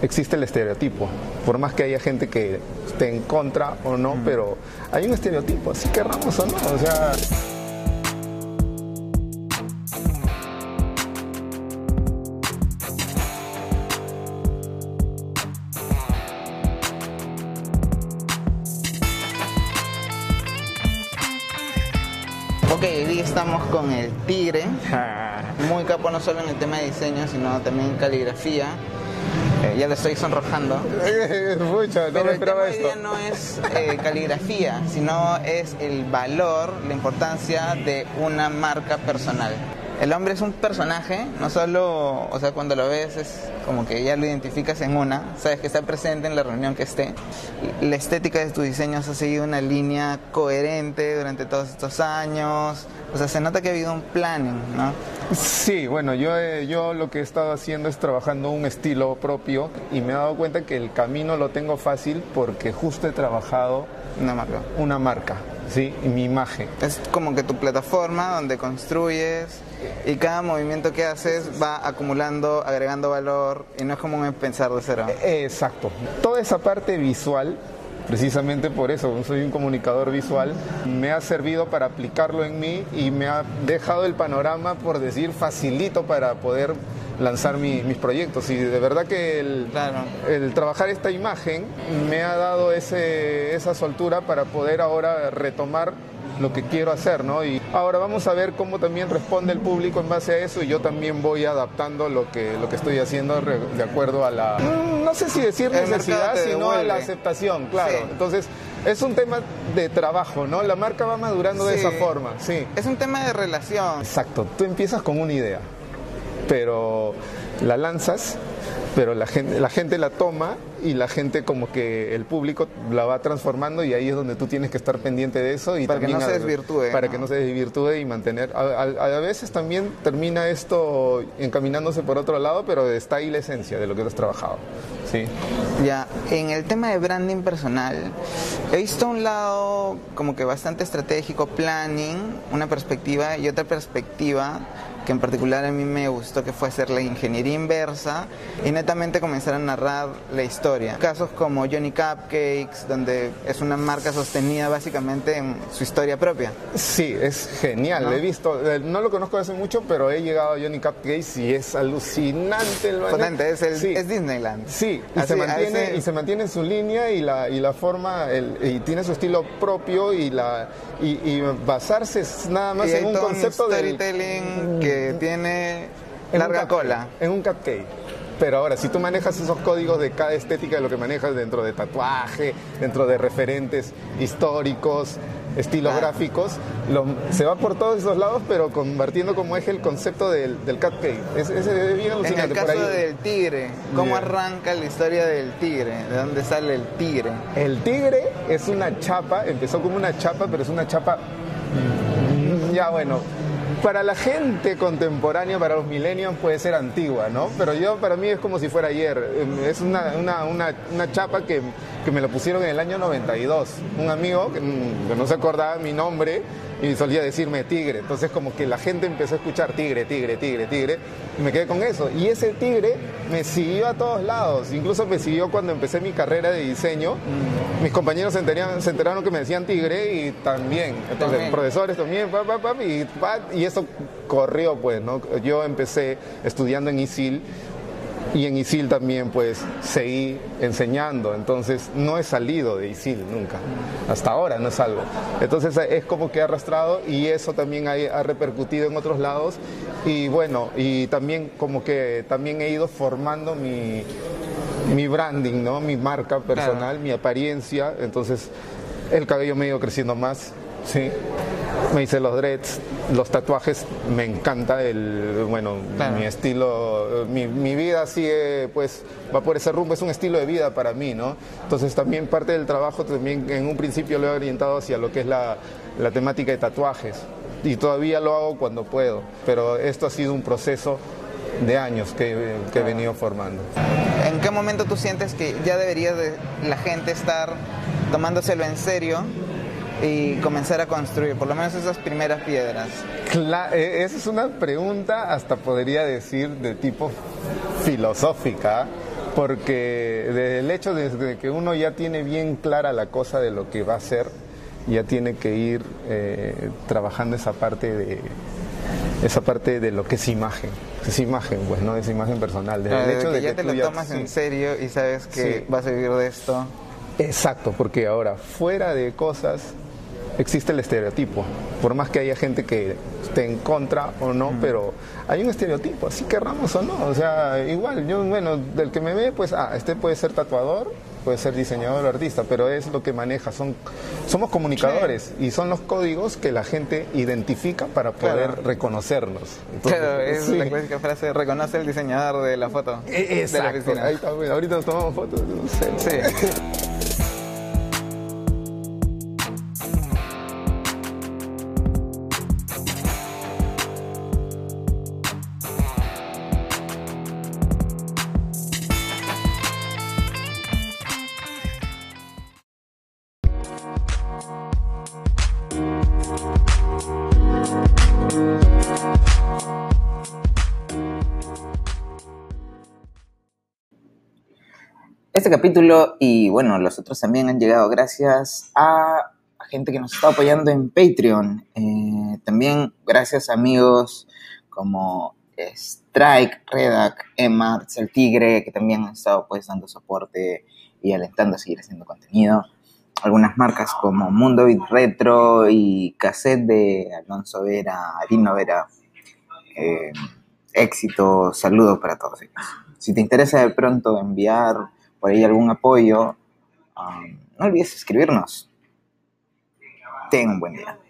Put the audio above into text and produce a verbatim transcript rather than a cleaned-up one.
existe el estereotipo, por más que haya gente que esté en contra o no, mm. pero hay un estereotipo, así querramos o no, o sea... Ok, hoy estamos con el Tigre, muy capo no solo en el tema de diseño, sino también en caligrafía. Eh, ya le estoy sonrojando. Mucho, no Pero me el tema esperaba hoy esto. día no es eh, caligrafía, sino es el valor, la importancia de una marca personal. El hombre es un personaje, no solo, o sea, cuando lo ves es como que ya lo identificas en una, sabes que está presente en la reunión que esté. La estética de tus diseños ha seguido una línea coherente durante todos estos años, o sea, se nota que ha habido un planning, ¿no? Sí, bueno, yo, eh, yo lo que he estado haciendo es trabajando un estilo propio y me he dado cuenta que el camino lo tengo fácil porque justo he trabajado una marca. Una marca, sí, y mi imagen. Es como que tu plataforma donde construyes y cada movimiento que haces va acumulando, agregando valor y no es como un pensar de cero. Exacto. Toda esa parte visual, precisamente por eso, soy un comunicador visual, me ha servido para aplicarlo en mí y me ha dejado el panorama, por decir, facilito para poder lanzar mi, mis proyectos. Y de verdad que el, claro. el trabajar esta imagen me ha dado ese, esa soltura para poder ahora retomar lo que quiero hacer, ¿no? Y ahora vamos a ver cómo también responde el público en base a eso y yo también voy adaptando lo que, lo que estoy haciendo de acuerdo a la, no sé si decir necesidad, sino a la aceptación, claro. Sí. Entonces, es un tema de trabajo, ¿no? La marca va madurando sí. de esa forma, sí. Es un tema de relación. Exacto, tú empiezas con una idea, pero la lanzas, pero la gente, la gente la toma y la gente como que el público la va transformando y ahí es donde tú tienes que estar pendiente de eso y para también que no se desvirtúe, para ¿no? que no se desvirtúe y mantener a, a, a veces también termina esto encaminándose por otro lado, pero está ahí la esencia de lo que has trabajado, sí. Ya, en el tema de branding personal he visto un lado como que bastante estratégico, planning, una perspectiva y otra perspectiva que en particular a mí me gustó, que fue hacer la ingeniería inversa y netamente comenzar a narrar la historia. Casos como Johnny Cupcakes, donde es una marca sostenida básicamente en su historia propia. Sí, es genial, ¿no? He visto, no lo conozco hace mucho, pero he llegado a Johnny Cupcakes y es alucinante. Potente, es, el, sí. es Disneyland. Sí, y, Así, se mantiene, ese... y se mantiene en su línea y la, y la forma, el, y tiene su estilo propio y, la, y, y basarse nada más y en un concepto de storytelling del... que tiene en larga un cola. En un cupcake. Pero ahora, si tú manejas esos códigos de cada estética de lo que manejas dentro de tatuaje, dentro de referentes históricos, estilos claro. gráficos, lo, se va por todos esos lados, pero convirtiendo como eje el concepto del, del cupcake. Es, es, es bien alucinante. En el caso por ahí. del tigre, ¿cómo yeah. arranca la historia del tigre? ¿De dónde sale el tigre? El tigre es una chapa, empezó como una chapa, pero es una chapa, ya bueno... Para la gente contemporánea, para los millennials puede ser antigua, ¿no? Pero yo, para mí es como si fuera ayer. Es una, una, una, una chapa que, que me la pusieron en el año noventa y dos. Un amigo que, que no se acordaba mi nombre y solía decirme tigre. Entonces como que la gente empezó a escuchar tigre, tigre, tigre, tigre. Y me quedé con eso. Y ese tigre me siguió a todos lados. Incluso me siguió cuando empecé mi carrera de diseño. Mm. Mis compañeros se enteraron, se enteraron que me decían tigre y también. Entonces, también. profesores también, pa, pa, pa, y, pa, y eso corrió, pues, ¿no? Yo empecé estudiando en ISIL y en ISIL también, pues, seguí enseñando. Entonces, no he salido de ISIL nunca. Hasta ahora no salgo. Entonces, es como que he arrastrado y eso también ha, ha repercutido en otros lados. Y bueno, y también como que también he ido formando mi, mi branding, ¿no? Mi marca personal, claro. mi apariencia. Entonces, el cabello me ha ido creciendo más, ¿sí? Me hice los dreads, los tatuajes, me encanta el, bueno, claro. mi estilo, mi, mi vida sigue, pues, va por ese rumbo, es un estilo de vida para mí, ¿no? Entonces también parte del trabajo, también en un principio lo he orientado hacia lo que es la, la temática de tatuajes y todavía lo hago cuando puedo, pero esto ha sido un proceso de años que, que he venido formando. ¿En qué momento tú sientes que ya debería de la gente estar tomándoselo en serio y comenzar a construir, por lo menos esas primeras piedras? Claro, esa es una pregunta, hasta podría decir, de tipo filosófica, porque desde el hecho de, de que uno ya tiene bien clara la cosa de lo que va a hacer, ya tiene que ir eh, trabajando esa parte de esa parte de lo que es imagen, es imagen, pues, ¿no? Es imagen personal. Desde Claro, el hecho que de ya que te tú lo ya- tomas sí. en serio y sabes que Sí. vas a vivir de esto. Exacto, porque ahora, fuera de cosas, existe el estereotipo. Por más que haya gente que esté en contra o no, pero hay un estereotipo, así querramos o no. O sea, igual, yo, bueno, del que me ve, pues, ah, este puede ser tatuador, puede ser diseñador o artista, pero es lo que maneja. Son, somos comunicadores y son los códigos que la gente identifica para poder Claro. reconocernos. Entonces, Claro, es sí. la clásica frase, reconoce el diseñador de la foto. E- de la Exacto, oficina. ahí está, bueno, ahorita nos tomamos fotos, no sé. Sí. Este capítulo y bueno, los otros también han llegado gracias a gente que nos está apoyando en Patreon. Eh, también gracias a amigos como Strike, Redac, Emma, el Tigre, que también han estado pues dando soporte y alentando a seguir haciendo contenido. Algunas marcas como Mundo Beat Retro y Cassette de Alonso Vera, Arino Vera. Eh, éxito, saludos para todos ellos. Si te interesa de pronto enviar por ahí algún apoyo, um, no olvides escribirnos. Ten un buen día.